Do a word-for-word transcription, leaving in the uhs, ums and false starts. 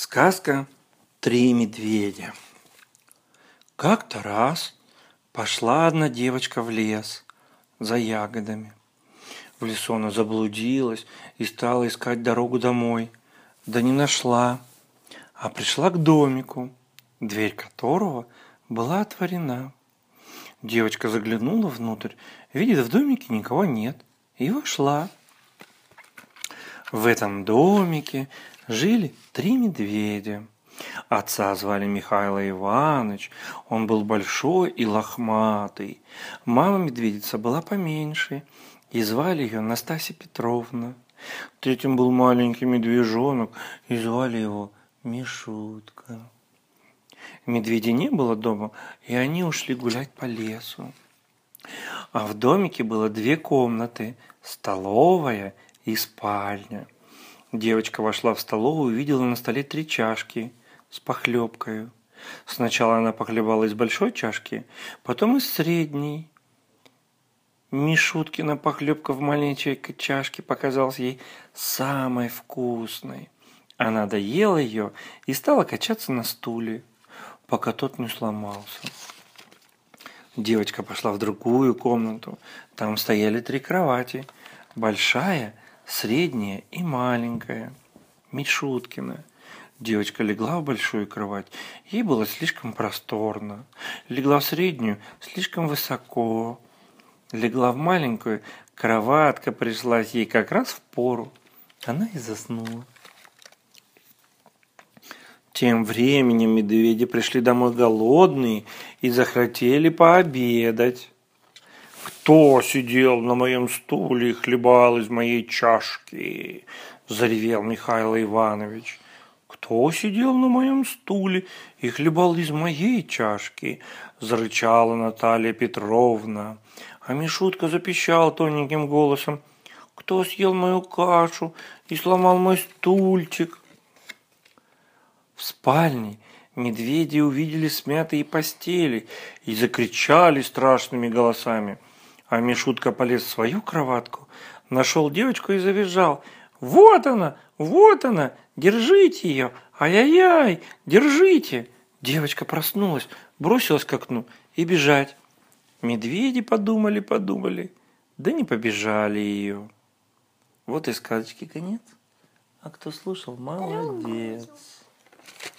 Сказка «Три медведя». Как-то раз пошла одна девочка в лес за ягодами. В лесу она заблудилась и стала искать дорогу домой. Да не нашла, а пришла к домику, дверь которого была отворена. Девочка заглянула внутрь, видит, в домике никого нет, и вошла. В этом домике жили три медведя. Отца звали Михаил Иванович, он был большой и лохматый. Мама медведица была поменьше, и звали ее Настасья Петровна. Третьим был маленький медвежонок, и звали его Мишутка. Медведя не было дома, и они ушли гулять по лесу. А в домике было две комнаты – столовая и спальня. Девочка вошла в столовую и увидела на столе три чашки с похлебкой. Сначала она похлебала из большой чашки, потом из средней. Мишуткина похлебка в маленькой чашке показалась ей самой вкусной. Она доела ее и стала качаться на стуле, пока тот не сломался. Девочка пошла в другую комнату. Там стояли три кровати. Большая, средняя и маленькая. Мишуткина. Девочка легла в большую кровать. Ей было слишком просторно. Легла в среднюю слишком высоко. Легла в маленькую. Кроватка пришлась ей как раз в пору. Она и заснула. Тем временем медведи пришли домой голодные и захотели пообедать. «Кто сидел на моем стуле и хлебал из моей чашки?» – заревел Михаил Иванович. «Кто сидел на моем стуле и хлебал из моей чашки?» – зарычала Наталья Петровна. А Мишутка запищал тоненьким голосом. «Кто съел мою кашу и сломал мой стульчик?» В спальне медведи увидели смятые постели и закричали страшными голосами. А Мишутка полез в свою кроватку, нашел девочку и завизжал. «Вот она! Вот она! Держите ее! Ай-яй-яй! Держите!» Девочка проснулась, бросилась к окну и бежать. Медведи подумали-подумали, да не побежали ее. Вот и сказочки конец. А кто слушал, молодец.